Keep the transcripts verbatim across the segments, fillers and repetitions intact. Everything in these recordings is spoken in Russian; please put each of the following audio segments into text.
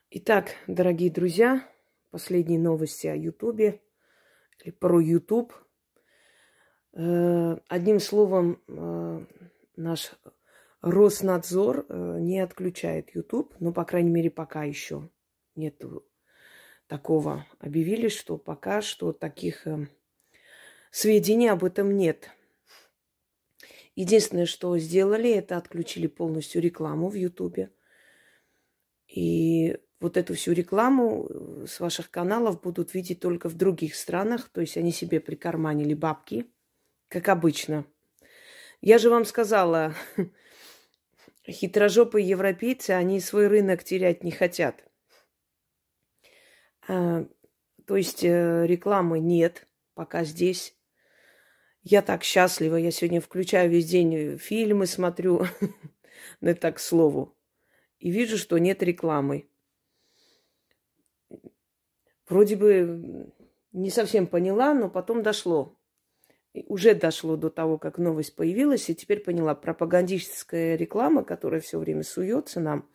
Итак, дорогие друзья, последние новости о Ютубе или про Ютуб. Э, Одним словом, э, наш Роснадзор э, не отключает Ютуб, ну, по крайней мере, пока еще нет такого. Объявили, что пока что таких э, сведений об этом нет. Единственное, что сделали, это отключили полностью рекламу в Ютубе. И вот эту всю рекламу с ваших каналов будут видеть только в других странах. То есть они себе прикарманили бабки, как обычно. Я же вам сказала, хитрожопые европейцы, они свой рынок терять не хотят. А, то есть рекламы нет пока здесь. Я так счастлива. Я сегодня включаю весь день фильмы, смотрю. Ну, это так, к слову. И вижу, что нет рекламы. Вроде бы не совсем поняла, но потом дошло. И уже дошло до того, как новость появилась, и теперь поняла. Пропагандистская реклама, которая все время суется нам,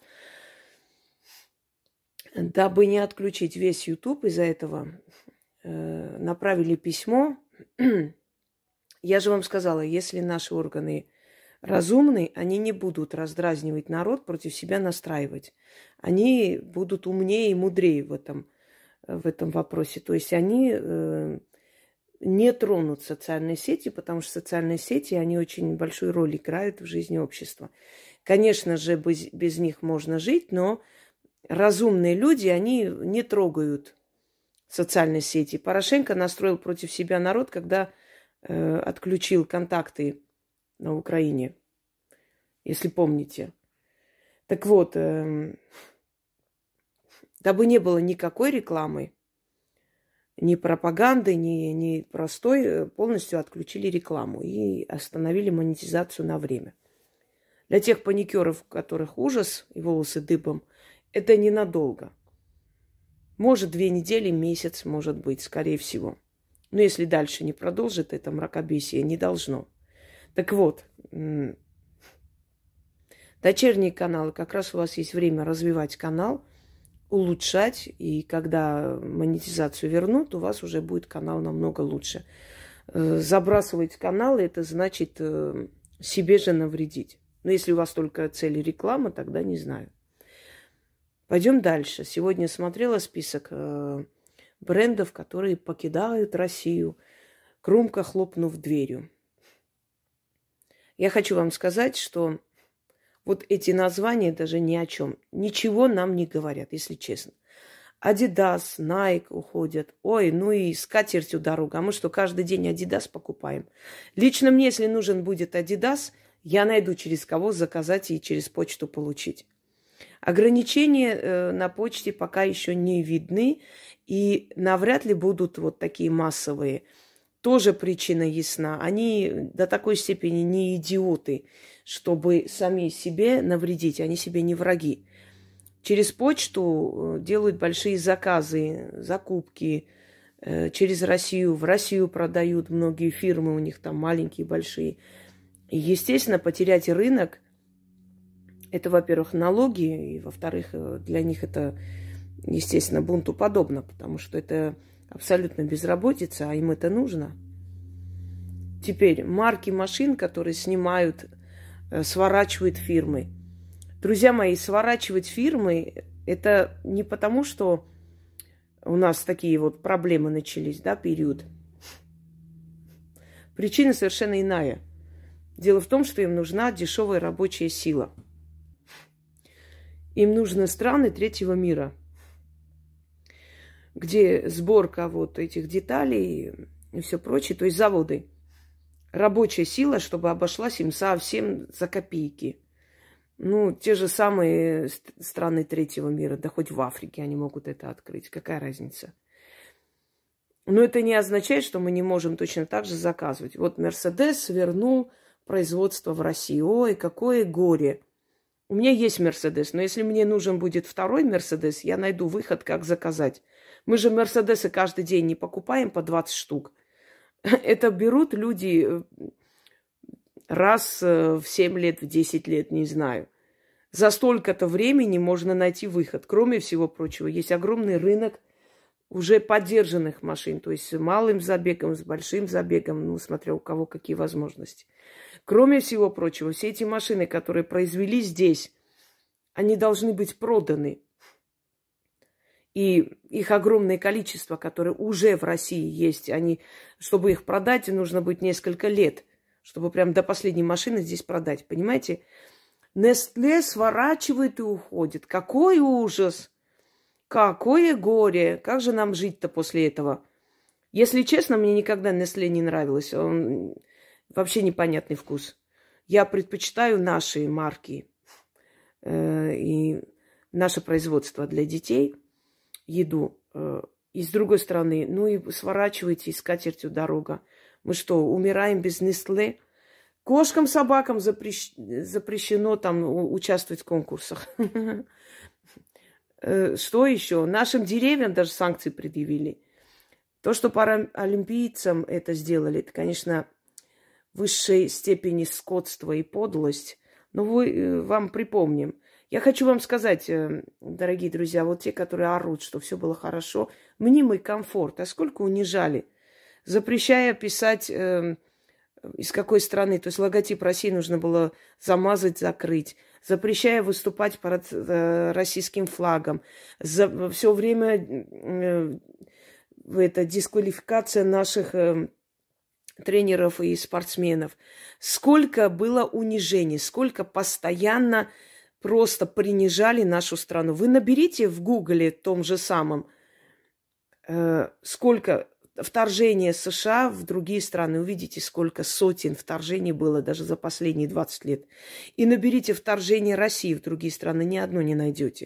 дабы не отключить весь YouTube из-за этого, э, направили письмо. Я же вам сказала, если наши органы разумные, они не будут раздразнивать народ, против себя настраивать. Они будут умнее и мудрее в этом, в этом вопросе. То есть они э, не тронут социальные сети, потому что социальные сети, они очень большую роль играют в жизни общества. Конечно же, без, без них можно жить, но разумные люди, они не трогают социальные сети. Порошенко настроил против себя народ, когда э, отключил контакты на Украине, если помните. Так вот, э, дабы не было никакой рекламы, ни пропаганды, ни, ни простой, полностью отключили рекламу и остановили монетизацию на время. Для тех паникеров, у которых ужас и волосы дыбом, это ненадолго. Может, две недели, месяц, может быть, скорее всего. Но если дальше не продолжит это мракобесие, не должно. Так вот, дочерние каналы, как раз у вас есть время развивать канал, улучшать, и когда монетизацию вернут, у вас уже будет канал намного лучше. Забрасывать каналы, это значит себе же навредить. Но если у вас только цель реклама, тогда не знаю. Пойдем дальше. Сегодня смотрела список брендов, которые покидают Россию, громко хлопнув дверью. Я хочу вам сказать, что вот эти названия даже ни о чем. Ничего нам не говорят, если честно. Adidas, Nike уходят. Ой, ну и с катертью дорога. А мы что, каждый день Adidas покупаем? Лично мне, если нужен будет Adidas, я найду, через кого заказать и через почту получить. Ограничения э, на почте пока еще не видны. И навряд ли будут вот такие массовые. Тоже причина ясна. Они до такой степени не идиоты, чтобы сами себе навредить. Они себе не враги. Через почту делают большие заказы, закупки. Через Россию. В Россию продают многие фирмы, у них там маленькие, большие. И, естественно, потерять рынок, это, во-первых, налоги, и, во-вторых, для них это, естественно, бунту подобно, потому что это абсолютно безработица, а им это нужно. Теперь марки машин, которые снимают, сворачивают фирмы. Друзья мои, сворачивать фирмы, это не потому, что у нас такие вот проблемы начались, да, период. Причина совершенно иная. Дело в том, что им нужна дешевая рабочая сила. Им нужны страны третьего мира, где сборка вот этих деталей и все прочее, то есть заводы. Рабочая сила, чтобы обошлась им совсем за копейки. Ну, те же самые страны третьего мира, да хоть в Африке они могут это открыть. Какая разница? Но это не означает, что мы не можем точно так же заказывать. Вот Мерседес вернул производство в Россию. Ой, какое горе. У меня есть Мерседес, но если мне нужен будет второй Мерседес, я найду выход, как заказать. Мы же Мерседесы каждый день не покупаем по двадцать штук. Это берут люди раз в семь лет, в десять лет, не знаю. за столько-то времени можно найти выход. Кроме всего прочего, есть огромный рынок уже подержанных машин, то есть с малым забегом, с большим забегом, ну, смотря у кого какие возможности. Кроме всего прочего, все эти машины, которые произвели здесь, они должны быть проданы. И их огромное количество, которые уже в России есть, они, чтобы их продать, нужно быть несколько лет, чтобы прям до последней машины здесь продать, понимаете? Nestlé сворачивает и уходит. Какой ужас! Какое горе! Как же нам жить-то после этого? Если честно, мне никогда Nestlé не нравилось. Он вообще непонятный вкус. Я предпочитаю наши марки э, и наше производство для детей, еду. Э, и с другой стороны, ну и сворачивайте, и с катертью дорога. Мы что, умираем без Nestlé? Кошкам, собакам запрещ... запрещено там участвовать в конкурсах. Что еще? Нашим деревьям даже санкции предъявили. То, что паралимпийцам это сделали, это, конечно, в высшей степени скотство и подлость. Но вы, вам припомним. Я хочу вам сказать, дорогие друзья, вот те, которые орут, что все было хорошо, мнимый комфорт. А сколько унижали, запрещая писать... из какой страны, то есть логотип России нужно было замазать, закрыть, запрещая выступать под э, российским флагом, за, все время э, это дисквалификация наших э, тренеров и спортсменов. Сколько было унижений, сколько постоянно просто принижали нашу страну. Вы наберите в Гугле том же самом, э, сколько... вторжение США в другие страны. Увидите, сколько сотен вторжений было даже за последние двадцать лет. И наберите вторжение России в другие страны, ни одно не найдете.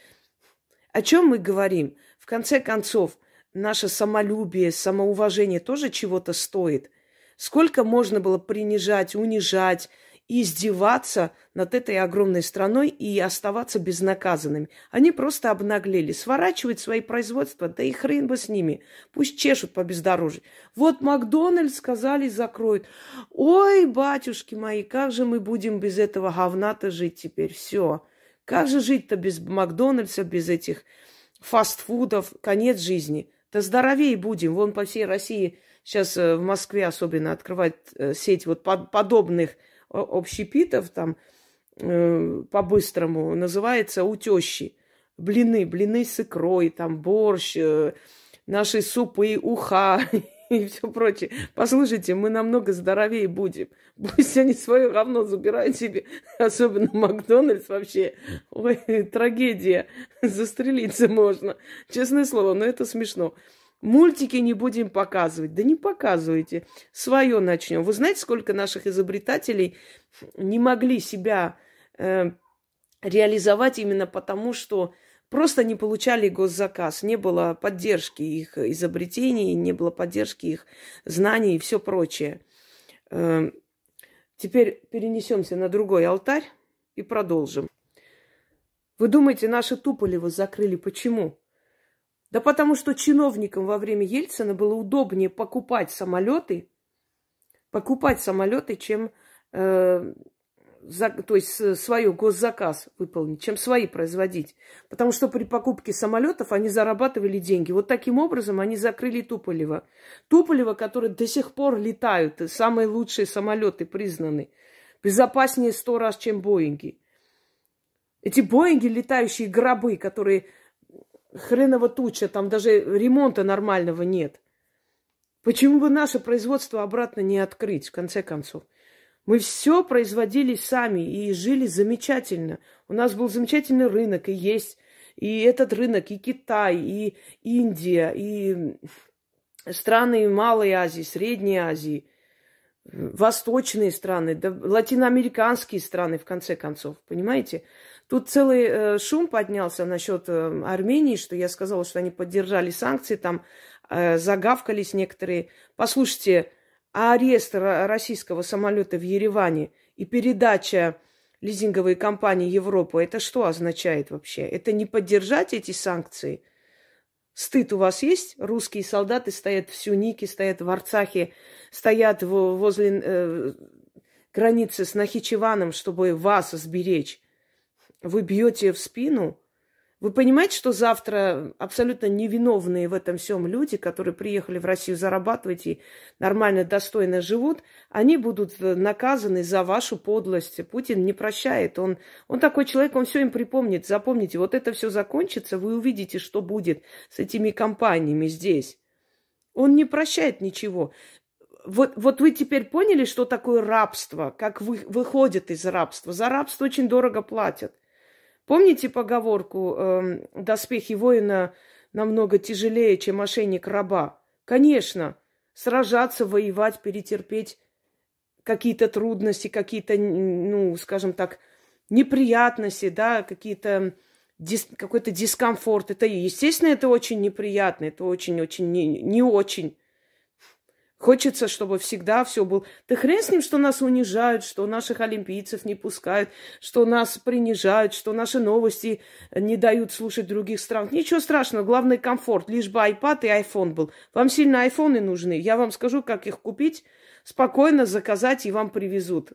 О чем мы говорим? В конце концов, наше самолюбие, самоуважение тоже чего-то стоит. Сколько можно было принижать, унижать, издеваться над этой огромной страной и оставаться безнаказанными. Они просто обнаглели, сворачивают свои производства, да и хрен бы с ними. Пусть чешут по бездорожью. Вот Макдональдс, сказали, закроют. Ой, батюшки мои, как же мы будем без этого говна-то жить теперь? Все. Как же жить-то без Макдональдса, без этих фастфудов? Конец жизни. Да здоровее будем. Вон по всей России сейчас в Москве особенно открывают сеть вот подобных общепитов, там э, по-быстрому называется у тещи. Блины, блины с икрой, там борщ, э, наши супы, уха и все прочее. Послушайте, мы намного здоровее будем. Пусть они свое говно забирают себе, особенно Макдональдс вообще. Ой, трагедия. Застрелиться можно. Честное слово, но это смешно. Мультики не будем показывать. Да не показывайте. Свое начнем. Вы знаете, сколько наших изобретателей не могли себя э, реализовать именно потому, что просто не получали госзаказ. Не было поддержки их изобретений, не было поддержки их знаний и все прочее. Э, теперь перенесемся на другой алтарь и продолжим. Вы думаете, наши Туполевы закрыли почему? Да потому что чиновникам во время Ельцина было удобнее покупать самолеты, покупать самолеты, чем, э, за, то есть свой госзаказ выполнить, чем свои производить. Потому что при покупке самолетов они зарабатывали деньги. Вот таким образом они закрыли Туполева. Туполева, которые до сих пор летают, самые лучшие самолеты признаны, безопаснее сто раз, чем Боинги. Эти Боинги, летающие гробы, которые... Хреново туча, там даже ремонта нормального нет. Почему бы наше производство обратно не открыть, в конце концов? Мы все производили сами и жили замечательно. У нас был замечательный рынок, и есть и этот рынок, и Китай, и Индия, и страны Малой Азии, Средней Азии, восточные страны, да, латиноамериканские страны, в конце концов, понимаете? Тут целый э, шум поднялся насчет э, Армении, что я сказала, что они поддержали санкции, там э, загавкались некоторые. Послушайте, а арест российского самолета в Ереване и передача лизинговой компании Европы, это что означает вообще? Это не поддержать эти санкции? Стыд у вас есть? Русские солдаты стоят в Сюнике, стоят в Арцахе, стоят в, возле э, границы с Нахичеваном, чтобы вас сберечь. вы бьете в спину. Вы понимаете, что завтра абсолютно невиновные в этом всем люди, которые приехали в Россию зарабатывать и нормально, достойно живут, они будут наказаны за вашу подлость. Путин не прощает. Он, он такой человек, он все им припомнит. Запомните, вот это все закончится, вы увидите, что будет с этими компаниями здесь. Он не прощает ничего. Вот, вот вы теперь поняли, что такое рабство, как вы, выходят из рабства. За рабство очень дорого платят. Помните поговорку э, «доспехи воина намного тяжелее, чем ошейник раба»? Конечно, сражаться, воевать, перетерпеть какие-то трудности, какие-то, ну, скажем так, неприятности, да, какие-то, дис, какой-то дискомфорт. Это, естественно, это очень неприятно, это очень-очень не, не очень. Хочется, чтобы всегда все было. Да хрен с ним, что нас унижают, что наших олимпийцев не пускают, что нас принижают, что наши новости не дают слушать других стран. Ничего страшного, главное комфорт. Лишь бы iPad и iPhone был. Вам сильно айфоны нужны. Я вам скажу, как их купить, спокойно заказать и вам привезут.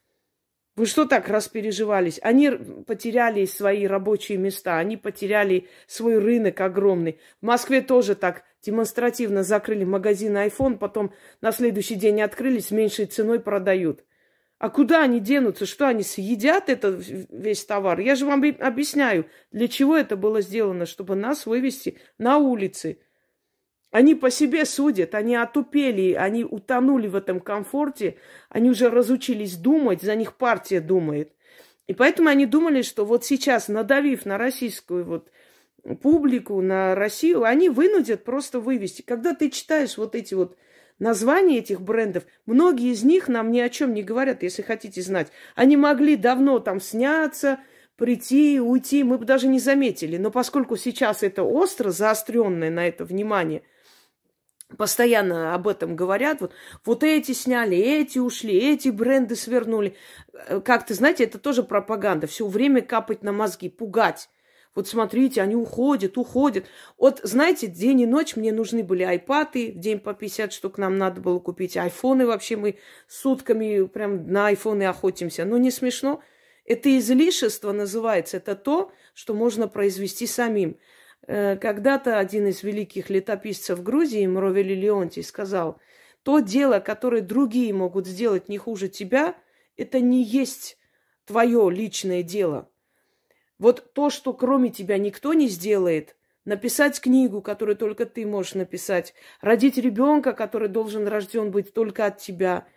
Вы что так распереживались? Они потеряли свои рабочие места, они потеряли свой рынок огромный. В Москве тоже так демонстративно закрыли магазин iPhone, потом на следующий день открылись, с меньшей ценой продают. А куда они денутся? Что, они съедят этот весь товар? Я же вам объясняю, для чего это было сделано, чтобы нас вывести на улицы. Они по себе судят, они отупели, они утонули в этом комфорте, они уже разучились думать, за них партия думает. И поэтому они думали, что вот сейчас, надавив на российскую вот публику, на Россию, они вынудят просто вывести. Когда ты читаешь вот эти вот названия этих брендов, многие из них нам ни о чем не говорят, если хотите знать. Они могли давно там сняться, прийти, уйти, мы бы даже не заметили. Но поскольку сейчас это остро, заостренное на это внимание, постоянно об этом говорят. Вот, вот эти сняли, эти ушли, эти бренды свернули. Как-то, знаете, это тоже пропаганда. Все время капать на мозги, пугать. Вот смотрите, они уходят, уходят. Вот, знаете, день и ночь мне нужны были айпады. В день по пятьдесят штук нам надо было купить. Айфоны вообще мы сутками прям на айфоны охотимся. Но не смешно. Это излишество называется. Это то, что можно произвести самим. Когда-то один из великих летописцев Грузии, Муравели Леонтий, сказал: то дело, которое другие могут сделать не хуже тебя, это не есть твое личное дело. Вот то, что кроме тебя никто не сделает, написать книгу, которую только ты можешь написать, родить ребенка, который должен рожден быть только от тебя,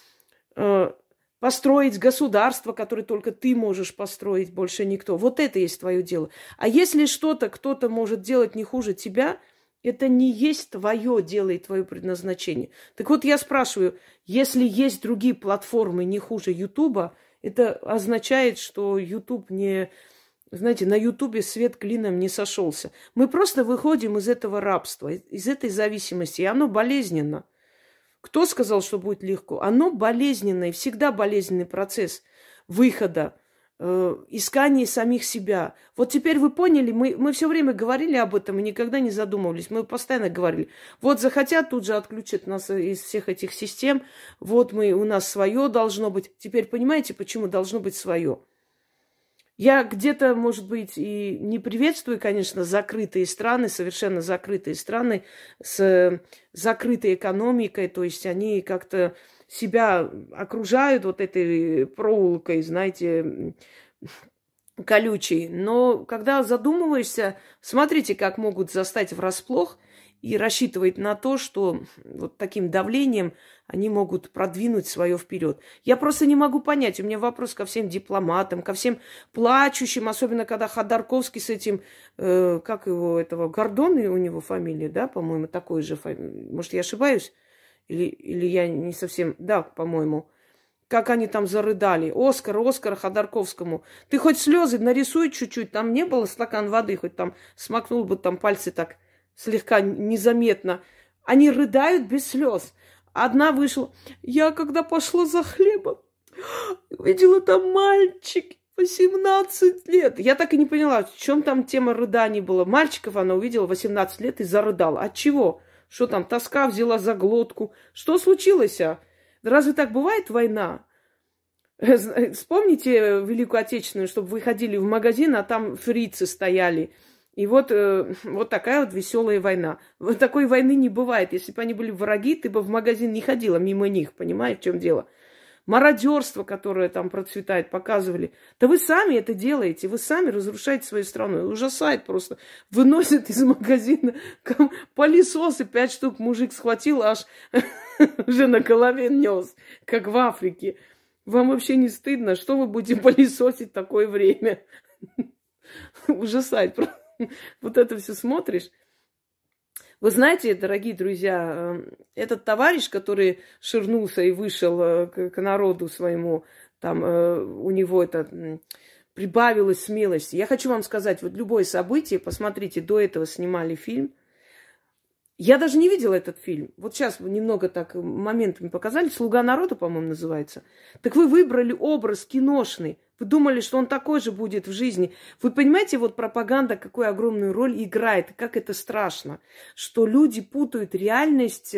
построить государство, которое только ты можешь построить, больше никто. Вот это есть твое дело. А если что-то кто-то может делать не хуже тебя, это не есть твое дело и твое предназначение. Так вот я спрашиваю, если есть другие платформы не хуже Ютуба, это означает, что Ютуб не... Знаете, на Ютубе свет клином не сошелся. Мы просто выходим из этого рабства, из этой зависимости, и оно болезненно. Кто сказал, что будет легко? Оно болезненное, всегда болезненный процесс выхода, э, искания самих себя. Вот теперь вы поняли, мы, мы все время говорили об этом и никогда не задумывались. Мы постоянно говорили, вот захотят, тут же отключат нас из всех этих систем, вот мы, у нас свое должно быть. Теперь понимаете, почему должно быть свое? Я где-то, может быть, и не приветствую, конечно, закрытые страны, совершенно закрытые страны с закрытой экономикой, то есть они как-то себя окружают вот этой проволокой, знаете, колючей. Но когда задумываешься, смотрите, как могут застать врасплох и рассчитывать на то, что вот таким давлением они могут продвинуть свое вперед. Я просто не могу понять. У меня вопрос ко всем дипломатам, ко всем плачущим, особенно когда Ходорковский с этим, э, как его, этого, Гордон у него фамилия, да, по-моему, такой же фамилия. Может, я ошибаюсь? Или, или я не совсем... Да, по-моему. Как они там зарыдали. Оскар, Оскар Ходорковскому. Ты хоть слезы нарисуй чуть-чуть. Там не было стакан воды, хоть там смакнул бы там пальцы так слегка незаметно. Они рыдают без слез. Одна вышла. Я, когда пошла за хлебом, видела там мальчик, восемнадцать лет. Я так и не поняла, в чем там тема рыданий была. Мальчиков она увидела восемнадцать лет и зарыдала. От чего? Что там, тоска взяла за глотку? Что случилось? А? Разве так бывает война? Вспомните Великую Отечественную, чтобы вы ходили в магазин, а там фрицы стояли. И вот, э, вот такая вот веселая война. Вот такой войны не бывает. Если бы они были враги, ты бы в магазин не ходила мимо них. Понимаете, в чем дело? Мародерство, которое там процветает, показывали. Да вы сами это делаете. Вы сами разрушаете свою страну. Ужасает просто. Выносят из магазина пылесосы. Пять штук мужик схватил, аж уже на голове нес. Как в Африке. Вам вообще не стыдно? Что вы будете пылесосить в такое время? Ужасает просто. Вот это все смотришь. Вы знаете, дорогие друзья, этот товарищ, который ширнулся и вышел к, к народу своему, там у него это прибавилось смелости. Я хочу вам сказать, вот любое событие, посмотрите, до этого снимали фильм. Я даже не видела этот фильм. Вот сейчас немного так моментами показали. «Слуга народа», по-моему, называется. Так вы выбрали образ киношный. Вы думали, что он такой же будет в жизни. Вы понимаете, вот пропаганда какую огромную роль играет. Как это страшно, что люди путают реальность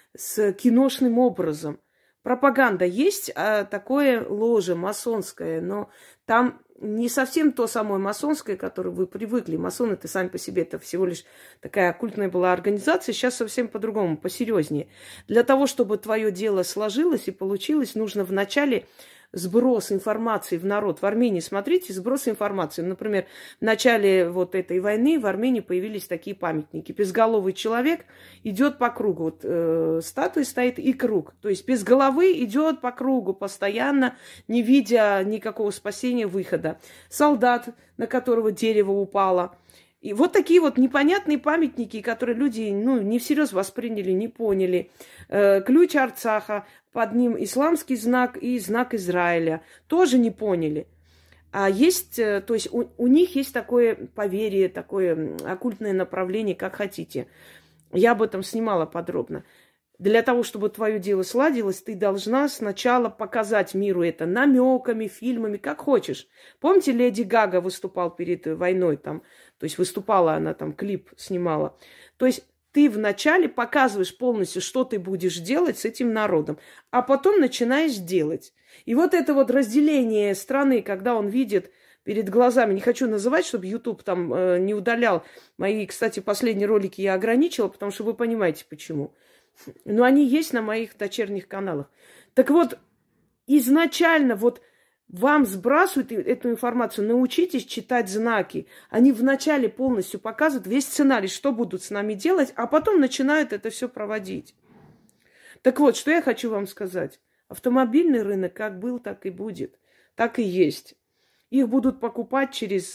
с киношным образом. Пропаганда есть, а такое ложе масонское, но там не совсем то самое масонское, к которому вы привыкли. Масоны, это сами по себе, это всего лишь такая оккультная была организация. Сейчас совсем по-другому, посерьезнее. Для того, чтобы твое дело сложилось и получилось, нужно вначале сброс информации в народ. В Армении, смотрите, сброс информации. Например, в начале вот этой войны в Армении появились такие памятники. Безголовый человек идет по кругу. Вот э, статуя стоит и круг. То есть без головы идет по кругу постоянно, не видя никакого спасения, выхода. Солдат, на которого дерево упало. И вот такие вот непонятные памятники, которые люди, ну, не всерьез восприняли, не поняли. Э, ключ Арцаха, под ним исламский знак и знак Израиля. Тоже не поняли. А есть, то есть у, у них есть такое поверье, такое оккультное направление, как хотите. Я об этом снимала подробно. Для того, чтобы твое дело сладилось, ты должна сначала показать миру это намеками, фильмами, как хочешь. Помните, Леди Гага выступала перед войной там, то есть выступала она там, клип снимала. То есть ты вначале показываешь полностью, что ты будешь делать с этим народом, а потом начинаешь делать. И вот это вот разделение страны, когда он видит перед глазами, не хочу называть, чтобы YouTube там э, не удалял. Мои, кстати, последние ролики я ограничила, потому что вы понимаете, почему. Но они есть на моих дочерних каналах. Так вот, изначально вот вам сбрасывают эту информацию, научитесь читать знаки. Они вначале полностью показывают весь сценарий, что будут с нами делать, а потом начинают это все проводить. Так вот, что я хочу вам сказать. Автомобильный рынок как был, так и будет. Так и есть. Их будут покупать через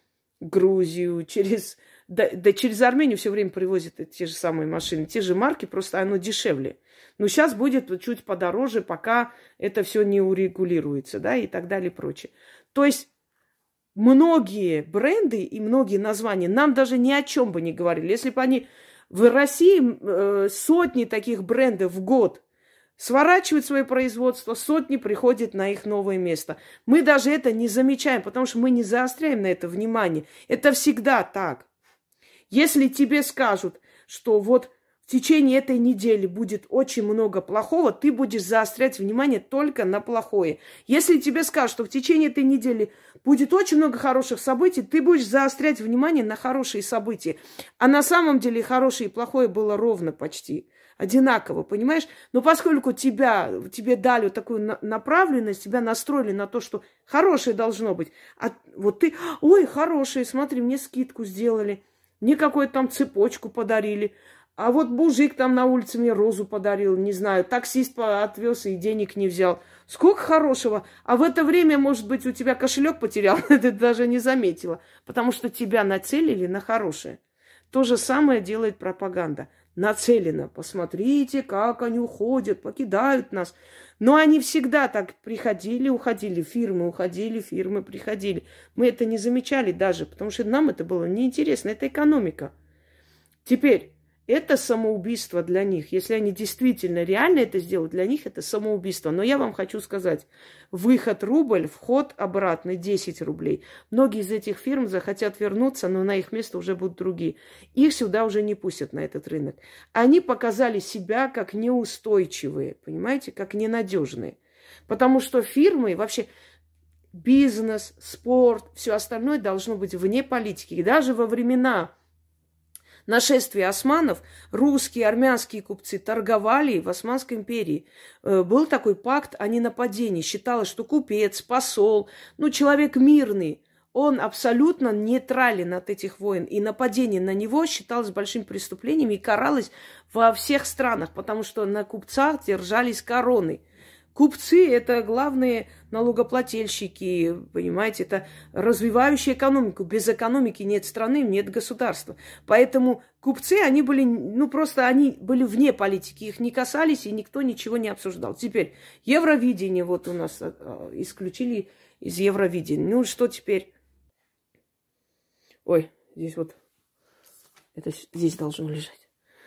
Грузию, через... Да, да через Армению все время привозят те же самые машины, те же марки, просто оно дешевле. Но сейчас будет чуть подороже, пока это все не урегулируется, да, и так далее, и прочее. То есть многие бренды и многие названия нам даже ни о чем бы не говорили. Если бы они в России э, сотни таких брендов в год сворачивают свое производство, сотни приходят на их новое место. Мы даже это не замечаем, потому что мы не заостряем на это внимание. Это всегда так. Если тебе скажут, что вот в течение этой недели будет очень много плохого, ты будешь заострять внимание только на плохое. Если тебе скажут, что в течение этой недели будет очень много хороших событий, ты будешь заострять внимание на хорошие события. А на самом деле хорошее и плохое было ровно почти. Одинаково, понимаешь? Но поскольку тебя, тебе дали вот такую на- направленность, тебя настроили на то, что хорошее должно быть, а вот ты, ой, хорошее, смотри, мне скидку сделали. Мне какую-то там цепочку подарили. А вот мужик там на улице мне розу подарил. Не знаю, таксист отвез и денег не взял. Сколько хорошего. А в это время, может быть, у тебя кошелек потерял. Ты даже не заметила. Потому что тебя нацелили на хорошее. То же самое делает пропаганда. Нацелено. Посмотрите, как они уходят, покидают нас. Но они всегда так приходили, уходили, фирмы уходили, фирмы приходили. Мы это не замечали даже, потому что нам это было неинтересно. Это экономика. Теперь, это самоубийство для них. Если они действительно реально это сделают, для них это самоубийство. Но я вам хочу сказать, выход рубль, вход обратный десять рублей. Многие из этих фирм захотят вернуться, но на их место уже будут другие. Их сюда уже не пустят на этот рынок. Они показали себя как неустойчивые, понимаете, как ненадежные. Потому что фирмы, вообще бизнес, спорт, все остальное должно быть вне политики. И даже во времена нашествия османов русские, армянские купцы торговали в Османской империи. Был такой пакт о ненападении. Считалось, что купец, посол, ну, человек мирный, он абсолютно нейтрален от этих войн. И нападение на него считалось большим преступлением и каралось во всех странах, потому что на купцах держались короны. Купцы – это главные налогоплательщики, понимаете, это развивающая экономику. Без экономики нет страны, нет государства. Поэтому купцы, они были, ну просто они были вне политики, их не касались, и никто ничего не обсуждал. Теперь Евровидение вот у нас исключили из Евровидения. Ну что теперь? Ой, здесь вот, это здесь должно лежать.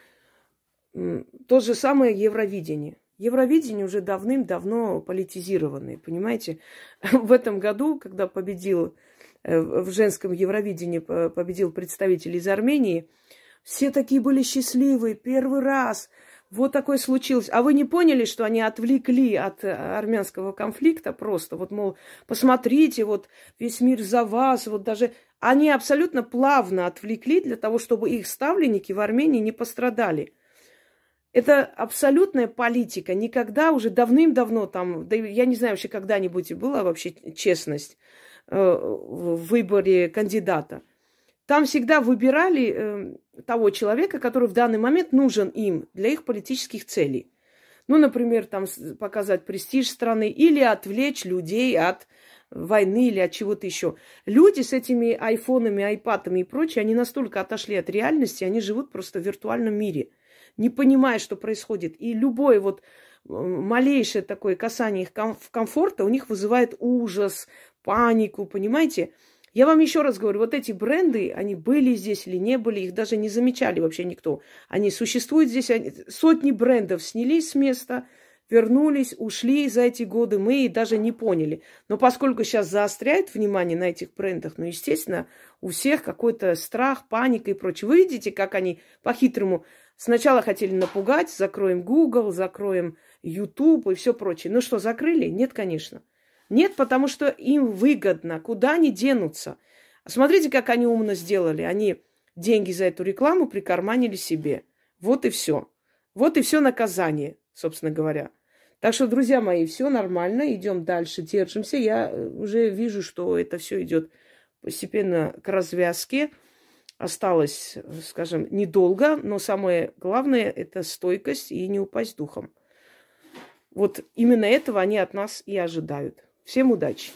То же самое Евровидение. Евровидение уже давным-давно политизированное, понимаете? В этом году, когда победил в женском Евровидении, победил представитель из Армении, все такие были счастливые, первый раз. Вот такое случилось. А вы не поняли, что они отвлекли от армянского конфликта просто? Вот, мол, посмотрите, вот весь мир за вас, вот даже... Они абсолютно плавно отвлекли для того, чтобы их ставленники в Армении не пострадали. Это абсолютная политика. Никогда уже давным-давно там, да я не знаю вообще когда-нибудь была вообще честность э, в выборе кандидата. Там всегда выбирали э, того человека, который в данный момент нужен им для их политических целей. Ну, например, там показать престиж страны или отвлечь людей от войны или от чего-то еще. Люди с этими айфонами, айпадами и прочее, они настолько отошли от реальности, они живут просто в виртуальном мире, не понимая, что происходит. И любое вот малейшее такое касание их комфорта у них вызывает ужас, панику, понимаете? Я вам еще раз говорю, вот эти бренды, они были здесь или не были, их даже не замечали вообще никто. Они существуют здесь, они, сотни брендов снялись с места, вернулись, ушли за эти годы, мы и даже не поняли. Но поскольку сейчас заостряют внимание на этих брендах, ну, естественно, у всех какой-то страх, паника и прочее. Вы видите, как они по-хитрому сначала хотели напугать, закроем Google, закроем YouTube и все прочее. Ну что, закрыли? Нет, конечно. Нет, потому что им выгодно. Куда они денутся? Смотрите, как они умно сделали. Они деньги за эту рекламу прикарманили себе. Вот и все. Вот и все наказание, собственно говоря. Так что, друзья мои, все нормально. Идем дальше, держимся. Я уже вижу, что это все идет постепенно к развязке. Осталось, скажем, недолго, но самое главное – это стойкость и не упасть духом. Вот именно этого они от нас и ожидают. Всем удачи!